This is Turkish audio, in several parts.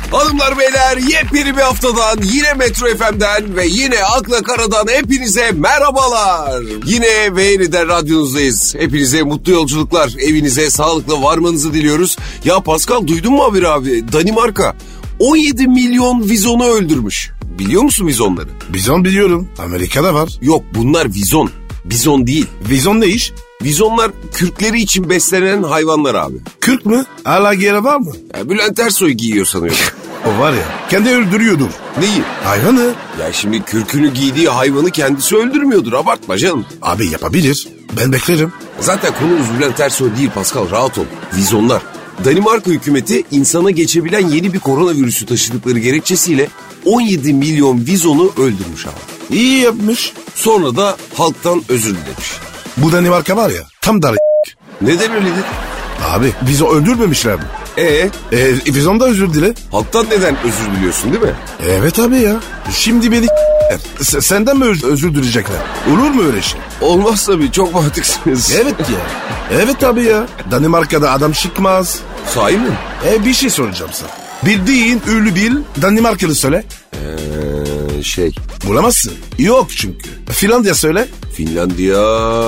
Hanımlar beyler, yepyeni bir haftadan yine Metro FM'den ve yine Akla Karadan hepinize merhabalar. Yine ve yeniden radyonuzdayız. Hepinize mutlu yolculuklar, evinize sağlıkla varmanızı diliyoruz. Ya Pascal, duydun mu haberi abi? Danimarka 17 milyon vizonu öldürmüş. Biliyor musun vizonları? Bizon biliyorum. Amerika'da var. Yok, bunlar vizon. Bizon değil. Vizon ne iş? Vizonlar kürkleri için beslenen hayvanlar abi. Kürk mü? Hala geri var mı? Ya Bülent Ersoy giyiyor sanıyorum. O var ya, kendi öldürüyordur. Neyi? Hayvanı. Ya şimdi kürkünü giydiği hayvanı kendisi öldürmüyordur, abartma canım. Abi yapabilir. Ben beklerim. Zaten konumuz Bülent Ersoy değil Pascal, rahat ol. Vizonlar. Danimarka hükümeti insana geçebilen yeni bir koronavirüsü taşıdıkları gerekçesiyle 17 milyon vizonu öldürmüş abi. İyi yapmış. Sonra da halktan özür dilemiş. Bu Danimarka var ya, tam dar. Neden öyle dedi? Abi bizi öldürmemişler mi? Vizon da özür dile. Halktan neden özür diliyorsun değil mi? Evet abi ya. Şimdi beni senden mi özür dileyecekler? Olur mu öyle şey? Olmaz tabii, çok mantıksınız. Evet ya. Evet abi ya. Danimarka'da adam çıkmaz. Sahi mi? Bir şey soracağım sana. Bildiğin ünlü bil Danimarkalı söyle. Bulamazsın. Yok çünkü. Finlandiya söyle. Finlandiya...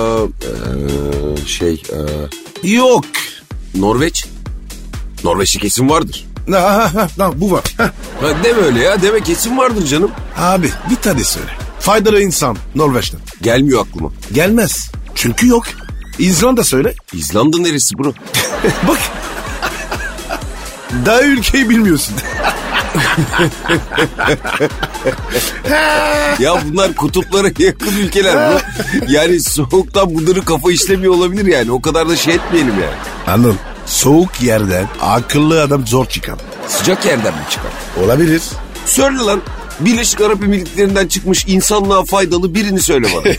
Yok. Norveç. Norveç'te kesin vardır. Bu var. Deme öyle ya, deme, kesin vardır canım. Abi bir tane söyle. Faydalı insan Norveç'ten. Gelmiyor aklıma. Gelmez. Çünkü yok. İzlanda söyle. İzlanda neresi bro? Bak. Daha ülkeyi bilmiyorsun. Ya bunlar kutuplara yakın ülkeler bro. Yani soğuktan bunların kafa işlemiyor olabilir yani. O kadar da şey etmeyelim yani. Anladım. Soğuk yerden akıllı adam zor çıkar. Sıcak yerden mi çıkar? Olabilir. Söyle lan. Birleşik Arap Emirlikleri'nden çıkmış insanlığa faydalı birini söyle bana.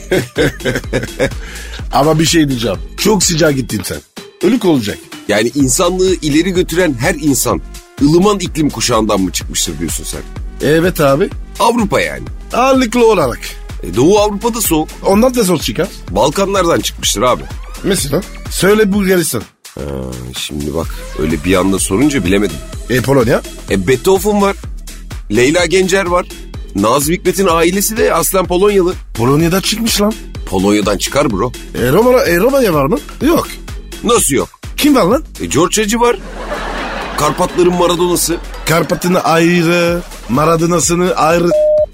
Ama bir şey diyeceğim. Çok sıcak gittin sen. Ölük olacak. Yani insanlığı ileri götüren her insan ılıman iklim kuşağından mı çıkmıştır diyorsun sen? Evet abi. Avrupa yani. Ağırlıklı olarak. Doğu Avrupa'da soğuk. Ondan da zor çıkar. Balkanlardan çıkmıştır abi. Mesela? Söyle Bulgaristan. Şimdi bak, öyle bir anda sorunca bilemedim. Polonya? Beethoven var. Leyla Gencer var. Nazım Hikmet'in ailesi de aslen Polonyalı. Polonya'da çıkmış lan. Polonya'dan çıkar bro. Romanya var mı? Yok. Nasıl yok? Kim var lan? George Hacı var. Karpatların Maradona'sı. Karpat'ını ayrı, Maradona'sını ayrı.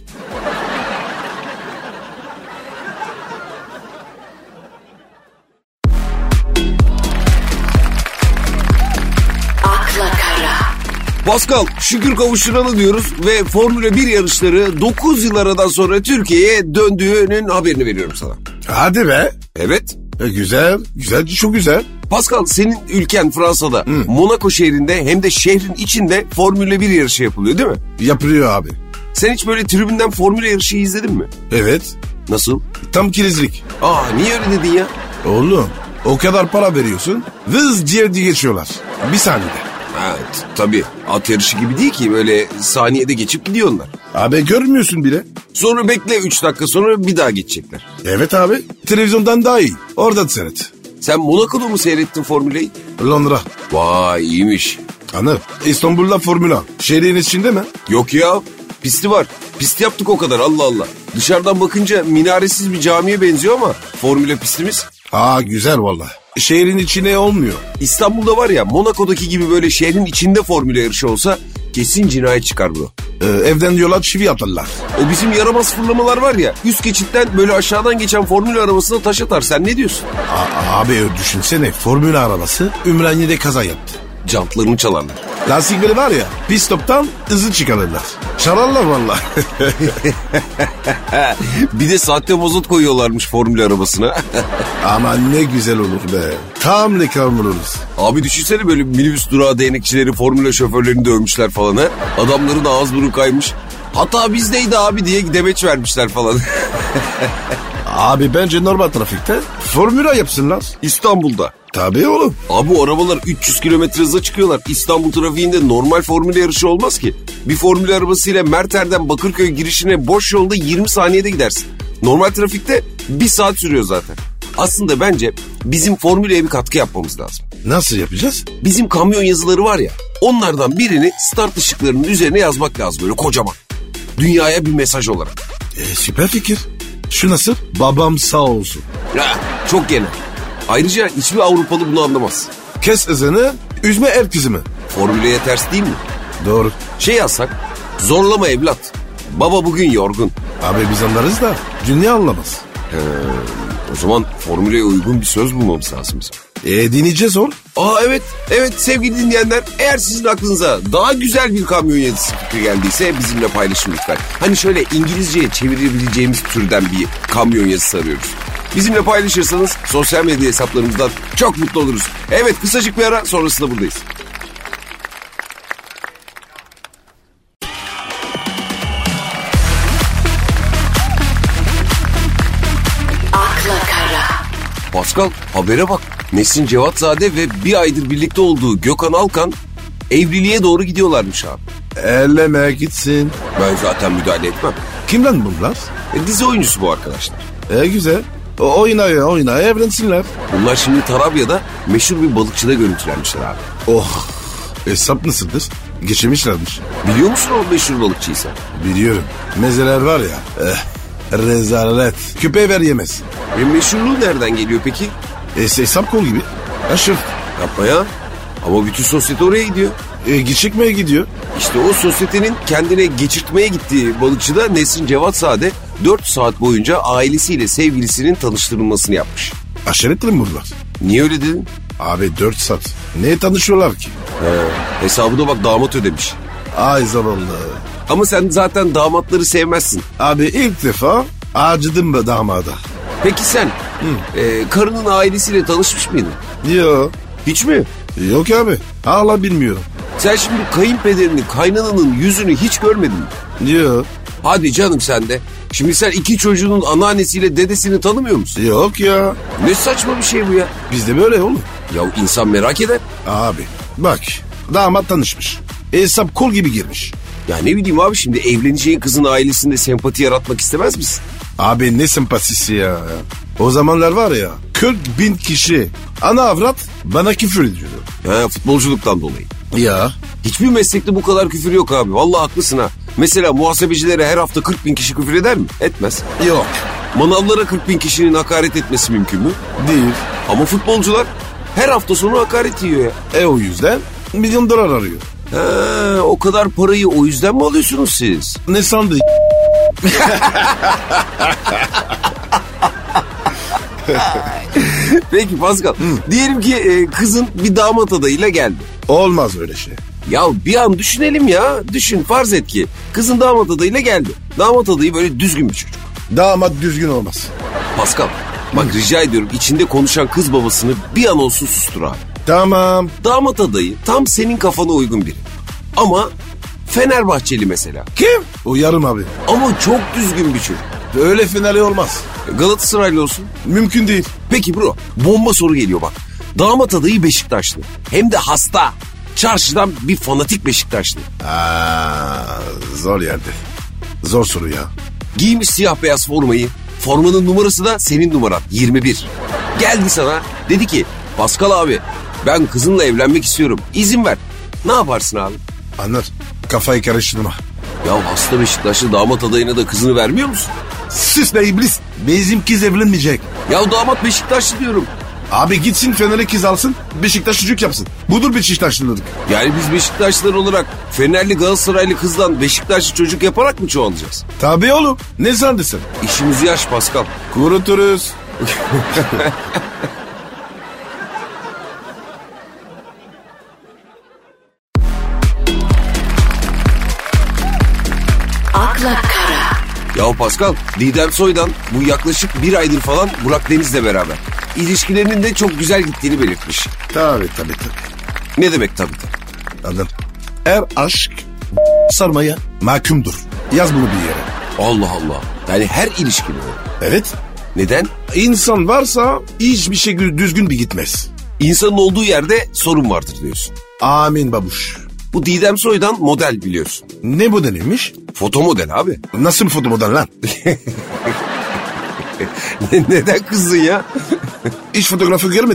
Pascal, şükür kavuşturanı diyoruz ve Formula 1 yarışları 9 yıl aradan sonra Türkiye'ye döndüğünün haberini veriyorum sana. Hadi be. Evet. Güzel, çok güzel. Pascal, senin ülken Fransa'da Monaco şehrinde hem de şehrin içinde Formula 1 yarışı yapılıyor değil mi? Yapılıyor abi. Sen hiç böyle tribünden Formula yarışı izledin mi? Evet. Nasıl? Tam kirizlik. Niye öyle dedin ya? Oğlum, o kadar para veriyorsun, vız diye geçiyorlar. Bir saniyede. Evet, tabii. At yarışı gibi değil ki, böyle saniyede geçip gidiyorlar. Abi görmüyorsun bile. Sonra bekle 3 dakika sonra bir daha geçecekler. Evet abi, televizyondan daha iyi. Oradan seyret. Sen Monaco'da mı seyrettin Formula'yı? Londra. Vay, iyiymiş. Anladım. İstanbul'da Formula. Şehrin içinde mi? Yok ya, pisti var. Pist yaptık o kadar, Allah Allah. Dışarıdan bakınca minaresiz bir camiye benziyor ama Formula pistimiz. Güzel vallahi. Şehrin içine olmuyor. İstanbul'da var ya, Monaco'daki gibi böyle şehrin içinde Formula yarışı olsa kesin cinayet çıkar bro. Evden diyorlar çivi atarlar. O bizim yaramaz fırlamalar var ya, üst geçitten böyle aşağıdan geçen Formula arabasına taş atar. Sen ne diyorsun? Abi düşünsene, Formula arabası Ümraniye'de kaza yaptı. Jantlarını çalarlar. Lastikleri var ya, pit stop'tan hızlı çıkarırlar. Çalarlar vallahi. Bir de sahte mazot koyuyorlarmış Formula arabasına. Ama ne güzel olur be. Tam reklam oluruz. Abi düşünsene, böyle minibüs durağı değnekçileri Formula şoförlerini dövmüşler falan ha. Adamların ağız burnu kaymış. Hata bizdeydi abi diye demeç vermişler falan. Abi bence normal trafikte Formula yapsınlar. İstanbul'da. Tabii oğlum. Abi o arabalar 300 kilometre hızla çıkıyorlar. İstanbul trafiğinde normal formüle yarışı olmaz ki. Bir formüle arabasıyla Merter'den Bakırköy girişine boş yolda 20 saniyede gidersin. Normal trafikte 1 saat sürüyor zaten. Aslında bence bizim formüleye bir katkı yapmamız lazım. Nasıl yapacağız? Bizim kamyon yazıları var ya, Onlardan birini start ışıklarının üzerine yazmak lazım böyle kocaman. Dünyaya bir mesaj olarak. Süper fikir. Şu nasıl? Babam sağ olsun. Ya, çok genel. Ayrıca hiçbir Avrupalı bunu anlamaz. Kes ezanı, üzme el kızımı. Formüleye ters değil mi? Doğru. Şey yazsak, zorlama evlat. Baba bugün yorgun. Abi biz anlarız da dünya anlamaz. O zaman formüleye uygun bir söz bulmamız lazım bizim. Dinleyeceğiz oğlum. Evet sevgili dinleyenler, eğer sizin aklınıza daha güzel bir kamyon yazısı fikri geldiyse bizimle paylaşın lütfen. Hani şöyle İngilizceye çevirebileceğimiz türden bir kamyon yazısı arıyoruz. Bizimle paylaşırsanız sosyal medya hesaplarımızdan çok mutlu oluruz. Evet, kısacık bir ara, sonrasında buradayız. Pascal, habere bak. Nesin Cevatzade ve bir aydır birlikte olduğu Gökhan Alkan evliliğe doğru gidiyorlarmış abi. Elleme gitsin. Ben zaten müdahale etmem. Kimden bunlar? Dizi oyuncusu bu arkadaşlar. Güzel. Oynaya evlensinler. Bunlar şimdi Tarabya'da meşhur bir balıkçıda görüntülenmişler abi. Oh. Hesap nasıldır? Geçirmişlermiş. Biliyor musun o meşhur balıkçıyı sen? Biliyorum. Mezeler var ya. Rezalet. Köpeğe ver yemez. Meşhurluğu nereden geliyor peki? Hesap kol gibi. Aşırı. Yapma ya. Ama bütün sosyete oraya gidiyor. Geçirmeye gidiyor. İşte o sosyetenin kendine geçirtmeye gittiği balıkçıda Nesrin Cevatzade 4 saat boyunca ailesiyle sevgilisinin tanıştırılmasını yapmış. Aşiretli mi bunlar? Niye öyle dedin? Abi 4 saat. Neye tanışıyorlar ki? Hesabı da bak damat ödemiş. Ay zavallı. Ama sen zaten damatları sevmezsin. Abi ilk defa acıdım be damada. Peki sen karının ailesiyle tanışmış mıydın? Yok. Hiç mi? Yok abi. Hala bilmiyorum. Sen şimdi kayınpederinin, kaynananın yüzünü hiç görmedin mi? Yok. Hadi canım sen de. Şimdi sen iki çocuğunun anneannesiyle dedesini tanımıyor musun? Yok ya. Ne saçma bir şey bu ya. Bizde böyle oğlum. Ya insan merak eder. Abi bak damat tanışmış. Hesap kol gibi girmiş. Ya ne bileyim abi, şimdi evleneceğin kızın ailesinde sempati yaratmak istemez misin? Abi ne sempatisi ya. O zamanlar var ya 40.000 kişi ana avrat bana küfür ediyor. Futbolculuktan dolayı. Ya. Hiçbir meslekte bu kadar küfür yok abi. Vallahi haklısın ha. Mesela muhasebecilere her hafta 40.000 kişi küfür eder mi? Etmez. Yok. Manavlara 40.000 kişinin hakaret etmesi mümkün mü? Değil. Ama futbolcular her hafta sonu hakaret yiyor ya. O yüzden milyon dolar arıyor. O kadar parayı o yüzden mi alıyorsunuz siz? Ne sandın? Peki Pascal, diyelim ki kızın bir damat adayıyla geldi. Olmaz öyle şey. Ya bir an düşünelim ya. Düşün, farz et ki kızın damat adayıyla geldi. Damat adayı böyle düzgün bir çocuk. Damat düzgün olmaz. Pascal, bak rica ediyorum, içinde konuşan kız babasını bir an olsun sustur abi. Tamam. Damat adayı tam senin kafana uygun biri. Ama Fenerbahçeli mesela. Kim? Uyarım abi. Ama çok düzgün bir çocuk. Öyle finali olmaz. Galatasaraylı olsun. Mümkün değil. Peki bro, bomba soru geliyor bak. Damat adayı Beşiktaşlı. Hem de hasta. Çarşıdan bir fanatik Beşiktaşlı. Zor yerde. Zor soru ya. Giymiş siyah beyaz formayı. Formanın numarası da senin numaran 21. Geldi sana, dedi ki Pascal abi, ben kızınla evlenmek istiyorum, İzin ver. Ne yaparsın abi? Anlar. Kafayı karıştırma. Ya hasta Beşiktaşlı damat adayına da kızını vermiyor musun? Sus be iblis. Bizim kız evlenmeyecek. Ya damat Beşiktaşlı diyorum. Abi gitsin Fener'e kız alsın. Beşiktaş çocuk yapsın. Budur Beşiktaşlılık. Yani biz Beşiktaşlılar olarak Fenerli Galatasaraylı kızdan Beşiktaşlı çocuk yaparak mı çoğalacağız? Tabii oğlum. Ne sandın sen? İşimizi yaş Pascal. Kuruturuz. Akla Kara. Ya Pascal, Didem Soydan bu yaklaşık bir aydır falan Burak Deniz'le beraber. İlişkilerinin de çok güzel gittiğini belirtmiş. Tabii. Ne demek tabii? Anladım. Her aşk sarmaya mahkumdur. Yaz bunu bir yere. Allah Allah. Yani her ilişki mi? Evet. Neden? İnsan varsa hiçbir şey düzgün bir gitmez. İnsanın olduğu yerde sorun vardır diyorsun. Amin babuş. Bu Didem Soydan model biliyorsun. Ne bu denilmiş? Foto model abi. Nasıl bir foto model lan? Neden kızdın ya? Hiç fotoğrafı görmedik.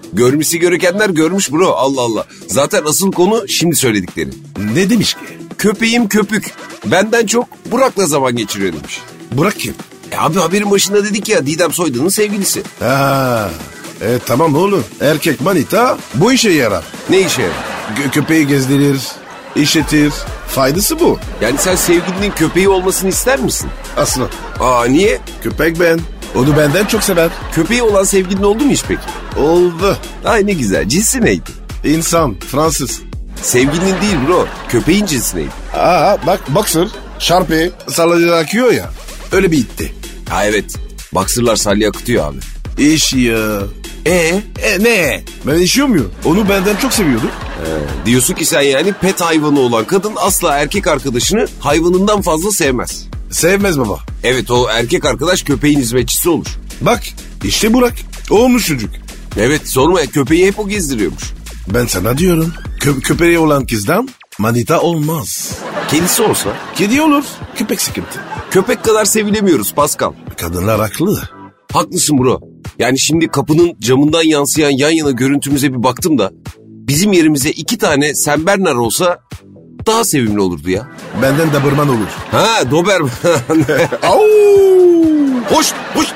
Görmesi gerekenler görmüş bro, Allah Allah. Zaten asıl konu şimdi söyledikleri. Ne demiş ki? Köpeğim köpük. Benden çok Burak'la zaman geçiriyor demiş. Burak kim? Abi haberin başında dedik ya, Didem Soydan'ın sevgilisi. Ha, tamam oğlum. Erkek manita bu işe yarar. Ne işe yarar? Köpeği gezdirir, işletir. Faydası bu. Yani sen sevgilinin köpeği olmasını ister misin? Aslı. Aa, niye? Köpek ben. Onu benden çok sever. Köpeği olan sevgilin oldu mu hiç peki? Oldu. Ay ne güzel. Cinsi neydi? İnsan, Fransız. Sevgilinin değil bro. Köpeğin cinsi neydi? Bak boxer, şarpı, sallayla akıyor ya. Öyle bir itti. Ha evet. Boxer'lar salya akıtıyor abi. İş ya. Ne? Ben işiyor muyum? Onu benden çok seviyordu. Diyorsun ki sen yani pet hayvanı olan kadın asla erkek arkadaşını hayvanından fazla sevmez. Sevmez baba. Evet, o erkek arkadaş köpeğin hizmetçisi olur. Bak işte Burak. Olmuş çocuk. Evet, sorma ya, köpeği hep o gezdiriyormuş. Ben sana diyorum. Köpeği olan kızdan manita olmaz. Kedisi olsa? Kedi olur. Köpek sıkıntı. Köpek kadar sevilemiyoruz Pascal. Kadınlar haklı. Haklısın bro. Yani şimdi kapının camından yansıyan yan yana görüntümüze bir baktım da bizim yerimize 2 tane Saint Bernard olsa daha sevimli olurdu ya. Benden Doberman olur. Ha, Doberman. Au! Hoş.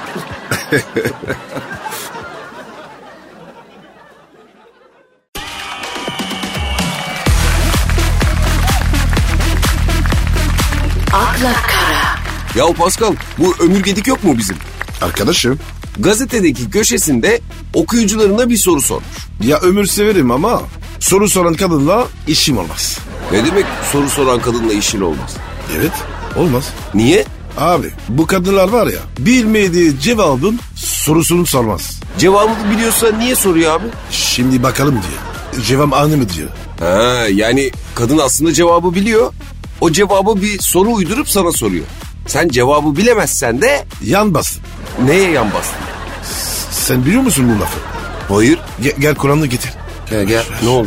Akla Kara. Ya Pascal, bu Ömürgedik yok mu bizim? Arkadaşım. Gazetedeki köşesinde okuyucularına bir soru sormuş. Ya ömür severim ama soru soran kadınla işim olmaz. Ne demek soru soran kadınla işin olmaz? Evet, olmaz. Niye? Abi bu kadınlar var ya, bilmediği cevabın sorusunu sormaz. Cevabını biliyorsa niye soruyor abi? Şimdi bakalım diyor. Cevap anı mı diyor. Ha, yani kadın aslında cevabı biliyor. O cevabı bir soru uydurup sana soruyor. Sen cevabı bilemezsen de Yan bastın. neye yan bastın? Sen biliyor musun bu lafı? Hayır. Gel Kur'an'ı getir. Gel. Ne oldu?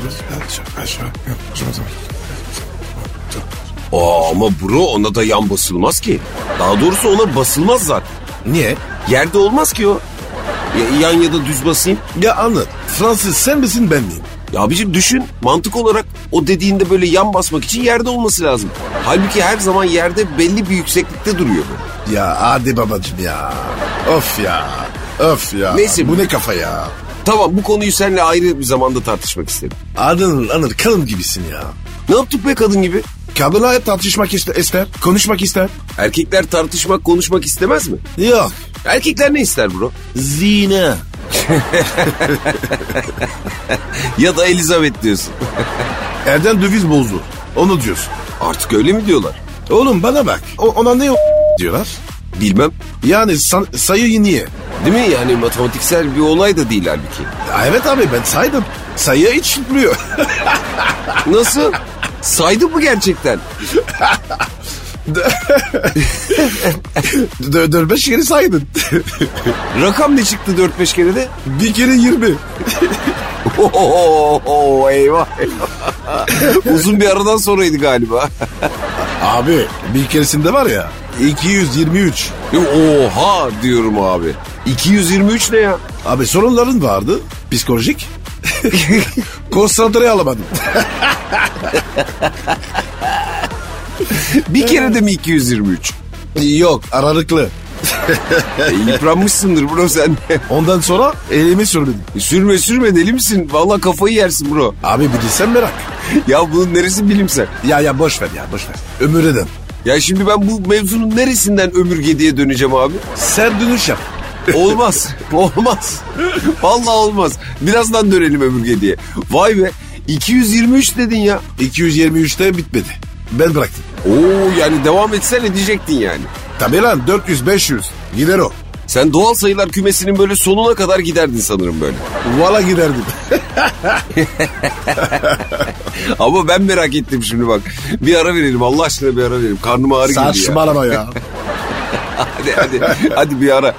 Ama bro, ona da yan basılmaz ki. Daha doğrusu ona basılmaz zaten. Niye? Yerde olmaz ki o. Yan ya da düz basayım. Ya anlat. Fransız sen misin ben miyim? Ya abicim düşün, mantık olarak o dediğinde böyle yan basmak için yerde olması lazım. Halbuki her zaman yerde belli bir yükseklikte duruyor bu. Ya hadi babacığım ya. Of ya. Neyse. Bu ne kafa ya. Tamam, bu konuyu seninle ayrı bir zamanda tartışmak istedim. Anır kadın gibisin ya. Ne yaptık be kadın gibi? Kadınlar tartışmak ister, konuşmak ister. Erkekler tartışmak, konuşmak istemez mi? Yok. Erkekler ne ister bro? Zine. Ya da Elizabeth diyorsun. Erden döviz bozdu. Onu diyorsun. Artık öyle mi diyorlar? Oğlum bana bak. Ona ne diyorlar? Bilmem. Yani sayıyı niye? Değil mi? Yani matematiksel bir olay da değil halbuki. Ya evet abi, ben saydım. Sayı hiç çıkmıyor. Nasıl? Saydın mı gerçekten? 4-5 kere saydın. Rakam ne çıktı 4-5 kere de? Bir kere 20. Eyvah. Uzun bir aradan sonraydı galiba. Abi bir keresinde var ya 223. Oha diyorum abi. 223 ne ya? Abi sorunların vardı. Psikolojik. Konsantre alamadım. Bir kere de mi 223? Yok, aralıklı. Yıpranmışsındır bro sen de. Ondan sonra elimi sürmedim. Sürme deli misin? Vallahi kafayı yersin bro. Abi bilirsen merak. Ya bunun neresi bilimsel? Ya boş ver. Ömür eden. Ya şimdi ben bu mevzunun neresinden Ömürgedi'ye döneceğim abi? Sen dönüş yap. Olmaz. Vallahi olmaz. Birazdan dönelim Ömürgedi'ye. Vay be. 223 dedin ya. 223'te bitmedi. Ben bıraktım. Oo, yani devam etsen edecektin yani. Tabii lan 400-500 gider o. Sen doğal sayılar kümesinin böyle sonuna kadar giderdin sanırım böyle. Valla giderdim. Ama ben merak ettim şimdi bak. Bir ara verelim, Allah aşkına bir ara verelim. Karnım ağrı girdi ya. Saçmalama ya. Hadi bir ara.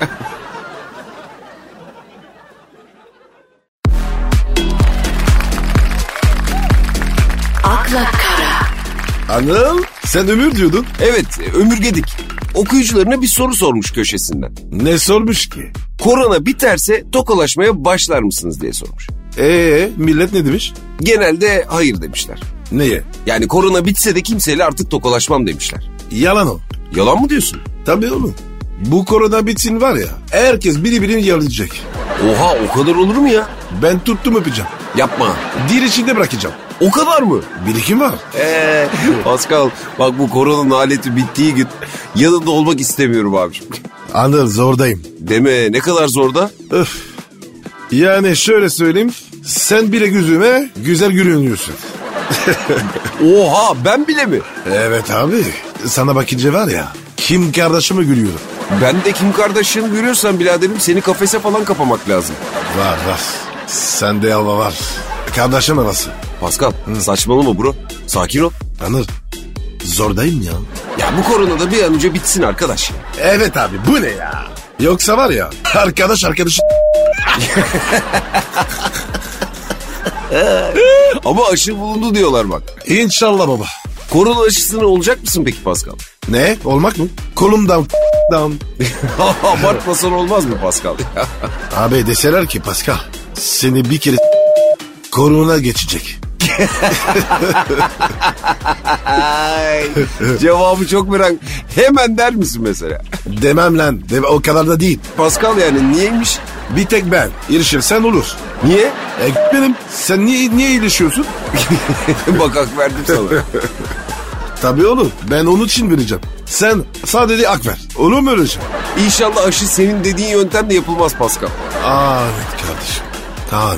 Akla Kara. Anıl sen ömür diyordun. Evet, Ömürgedik. Okuyucularına bir soru sormuş köşesinden. Ne sormuş ki? Korona biterse tokalaşmaya başlar mısınız diye sormuş. Millet ne demiş? Genelde hayır demişler. Neye? Yani korona bitse de kimseyle artık tokalaşmam demişler. Yalan o. Yalan mı diyorsun? Tabii oğlum. Bu korona bitsin var ya, herkes birbirini yalayacak. Oha, o kadar olur mu ya? Ben tuttum öpeceğim. Yapma. Dil içinde bırakacağım. O kadar mı? Birikim var. Pascal, bak bu koronanın aleti bittiği gün yanında olmak istemiyorum abiciğim. Anıl, zordayım. Deme, ne kadar zor da? Öf. Yani şöyle söyleyeyim, sen bile gözüme güzel görünüyorsun. Oha, ben bile mi? Evet abi, sana bakınca var ya, Kim kardeşime gülüyorum. Ben de Kim Kardashian görüyorsan biraderim seni kafese falan kapamak lazım. Var. Sende hava var. Kardeşim havası. Pascal, saçmalama bro. Sakin ol. Anır, zordayım ya. Ya bu korona da bir an önce bitsin arkadaş. Evet abi, bu ne ya? Yoksa var ya, arkadaş. Ama aşı bulundu diyorlar bak. İnşallah baba. Korona aşısını olacak mısın peki Pascal? Ne? Olmak mı? Kolumdan down. Abartmasan olmaz mı Pascal? Abi deseler ki Pascal, seni bir kere korona geçecek. Cevabı çok merak. Hemen der misin mesela? Demem lan. O kadar da değil. Pascal, yani niyeymiş? Bir tek ben. İlişirsen olur. Niye? Benim. Sen niye ilişiyorsun? Bak, hak verdim sana. Tabii oğlum. Ben onun için vereceğim. Sen sadece hak ver. Olur mu öyle şey? İnşallah aşı senin dediğin yöntemle yapılmaz Pascal. Evet kardeşim. Tamam.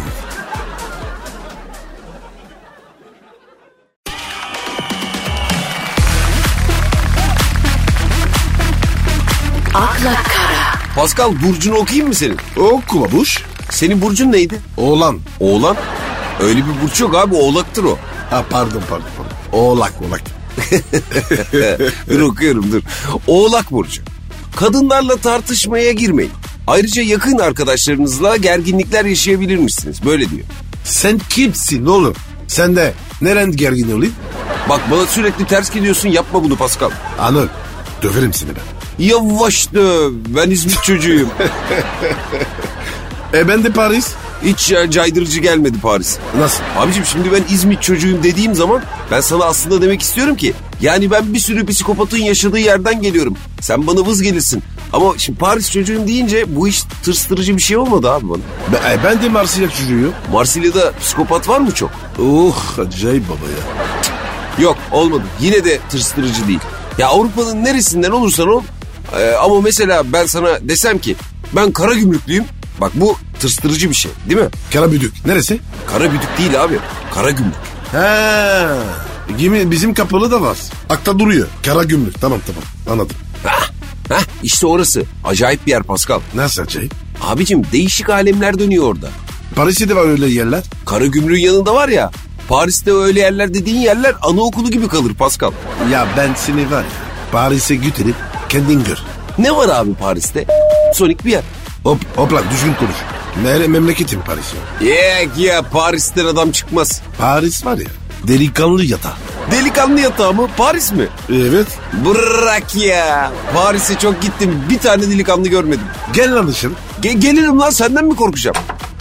akla kara, Pascal, burcunu okuyayım mı senin? Oku babuş. Senin burcun neydi? Oğlan. Oğlan? Öyle bir burç yok abi, oğlaktır o. Pardon. Oğlak. Dur okuyorum dur. Oğlak burcu. Kadınlarla tartışmaya girmeyin. Ayrıca yakın arkadaşlarınızla gerginlikler yaşayabilirmişsiniz. Böyle diyor. Sen kimsin oğlum? Sen de neren gergin olayım? Bak, bana sürekli ters gidiyorsun, yapma bunu Pascal. Anıl, döverim seni ben. Yavaş döv, ben İzmit çocuğuyum. Ben de Paris. Hiç caydırıcı gelmedi Paris. Nasıl? Abicim, şimdi ben İzmit çocuğuyum dediğim zaman ben sana aslında demek istiyorum ki yani ben bir sürü psikopatın yaşadığı yerden geliyorum. Sen bana vız gelirsin. Ama şimdi Paris çocuğuyum deyince bu iş tırstırıcı bir şey olmadı abi bana. Ben de Marsilya çocuğuyum. Marsilya'da psikopat var mı çok? Acayip baba ya. Yok, olmadı. Yine de tırstırıcı değil. Ya Avrupa'nın neresinden olursan ol. Ama mesela ben sana desem ki ben Karagümrüklüyüm. Bak, bu tırstırıcı bir şey değil mi? Karabüdük. Neresi? Karabüdük değil abi. Karagümrük. Gibi bizim kapalı da var. Akta duruyor. Karagümrük. Tamam. Anladım. İşte orası. Acayip bir yer Pascal. Nasıl acayip? Abicim, değişik alemler dönüyor orada. Paris'te de var öyle yerler. Karagümrük'ün yanında var ya. Paris'te öyle yerler dediğin yerler anaokulu gibi kalır Pascal. Ya ben seni var ya, Paris'e götürüp kendin gör. Ne var abi Paris'te? Sonik bir yer. Hopla düzgün konuş. Memleketim Paris ya. Ya Paris'ten adam çıkmaz. Paris var ya, delikanlı yatağı. Delikanlı yatağı mı? Paris mi? Evet. Bırak ya. Paris'e çok gittim. Bir tane delikanlı görmedim. Gel lan dışarı. Gelirim lan, senden mi korkacağım?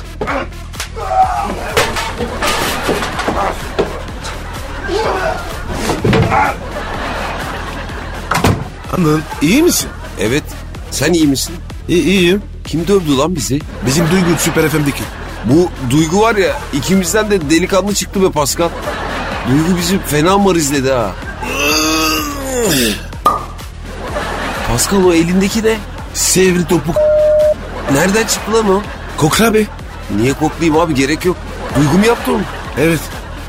Anıl, iyi misin? Evet. Sen iyi misin? İyiyim. Kim dövdü lan bizi? Bizim Duygu Süper FM'deki. Bu Duygu var ya, ikimizden de delikanlı çıktı be Pascal. Duygu bizi fena marizledi ha. Pascal, o elindeki ne? Sevri topuk. Nereden çıktı lan o? Kokra be. Niye koklayayım abi, gerek yok. Duygu mu yaptı onu? Evet.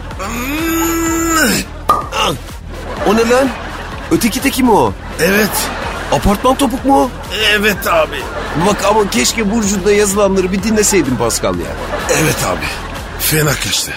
O ne lan? Öteki teki mi o? Evet. Apartman topuk mu o? Evet abi. Bak ama keşke Burcu'da yazılanları bir dinleseydin Pascal ya. Evet abi. Fena kaçtı.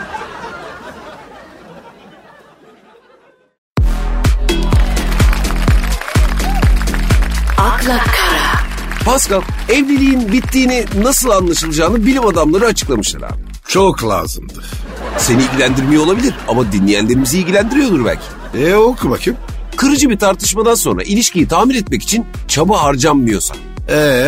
akla kara, Pascal, evliliğin bittiğini nasıl anlaşılacağını bilim adamları açıklamışlar abi. Çok lazımdı. Seni ilgilendirmiyor olabilir ama dinleyenlerimizi ilgilendiriyordur belki. Oku bakayım. Kırıcı bir tartışmadan sonra ilişkiyi tamir etmek için çaba harcanmıyorsa,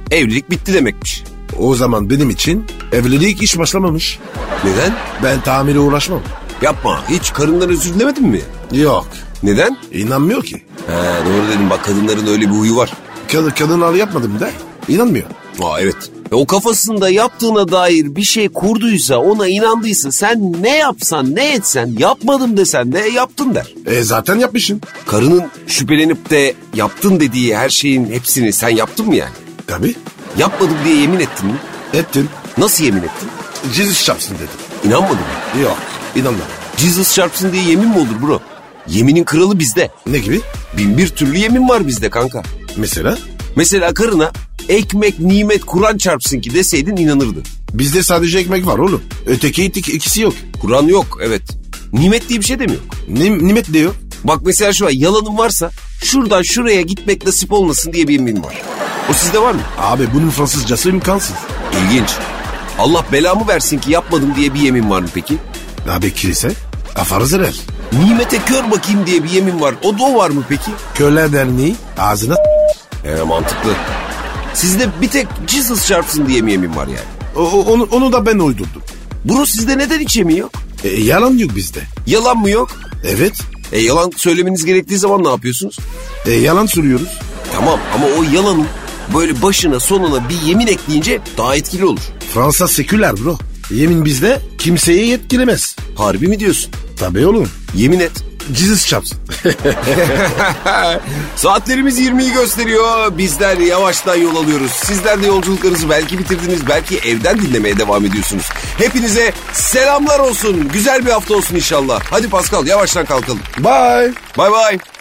evlilik bitti demekmiş. O zaman benim için evlilik hiç başlamamış. Neden? Ben tamire uğraşmam. Yapma. Hiç karından özür dilemedin mi? Yok. Neden? İnanmıyor ki. He, doğru dedim, bak kadınların öyle bir huyu var. Kadınlar yapmadım da inanmıyor. Aa, evet. O kafasında yaptığına dair bir şey kurduysa, ona inandıysa, sen ne yapsan ne etsen, yapmadım desen de yaptın der. Zaten yapmışsın. Karının şüphelenip de yaptın dediği her şeyin hepsini sen yaptın mı yani? Tabii. Yapmadım diye yemin ettin mi? Ettim. Nasıl yemin ettin? Jesus çarpsın dedim. İnanmadın mı? Yok. İnanma. Jesus çarpsın diye yemin mi olur bro? Yeminin kralı bizde. Ne gibi? 1001 türlü yemin var bizde kanka. Mesela? Mesela karına ekmek, nimet, Kur'an çarpsın ki deseydin inanırdı. Bizde sadece ekmek var oğlum. Öteki ikisi yok. Kur'an yok, evet. Nimet diye bir şey de mi yok? Nimet diyor. Bak mesela şu an yalanın varsa şuradan şuraya gitmek nasip olmasın diye bir yemin var. O sizde var mı? Abi bunun Fransızcası imkansız. İlginç. Allah belamı versin ki yapmadım diye bir yemin var mı peki? Abi kilise? Afarız erer. Nimete kör bakayım diye bir yemin var. O da o var mı peki? Köle derneği ağzına... Mantıklı. Sizde bir tek Jesus çarpsın diye mi yemin var yani? Onu da ben uydurdum. Bro sizde neden hiç yemin yok? Yalan yok bizde. Yalan mı yok? Evet. Yalan söylemeniz gerektiği zaman ne yapıyorsunuz? Yalan söylüyoruz. Tamam ama o yalanın böyle başına sonuna bir yemin ekleyince daha etkili olur. Fransa seküler bro. Yemin bizde kimseyi etkilemez. Harbi mi diyorsun? Tabii oğlum. Yemin et. Jesus çarpsın. Saatlerimiz 20'yi gösteriyor. Bizler yavaştan yol alıyoruz. Sizler de yolculuklarınızı belki bitirdiniz, belki evden dinlemeye devam ediyorsunuz. Hepinize selamlar olsun. Güzel bir hafta olsun inşallah. Hadi Pascal, yavaştan kalkalım. Bye. Bye bye.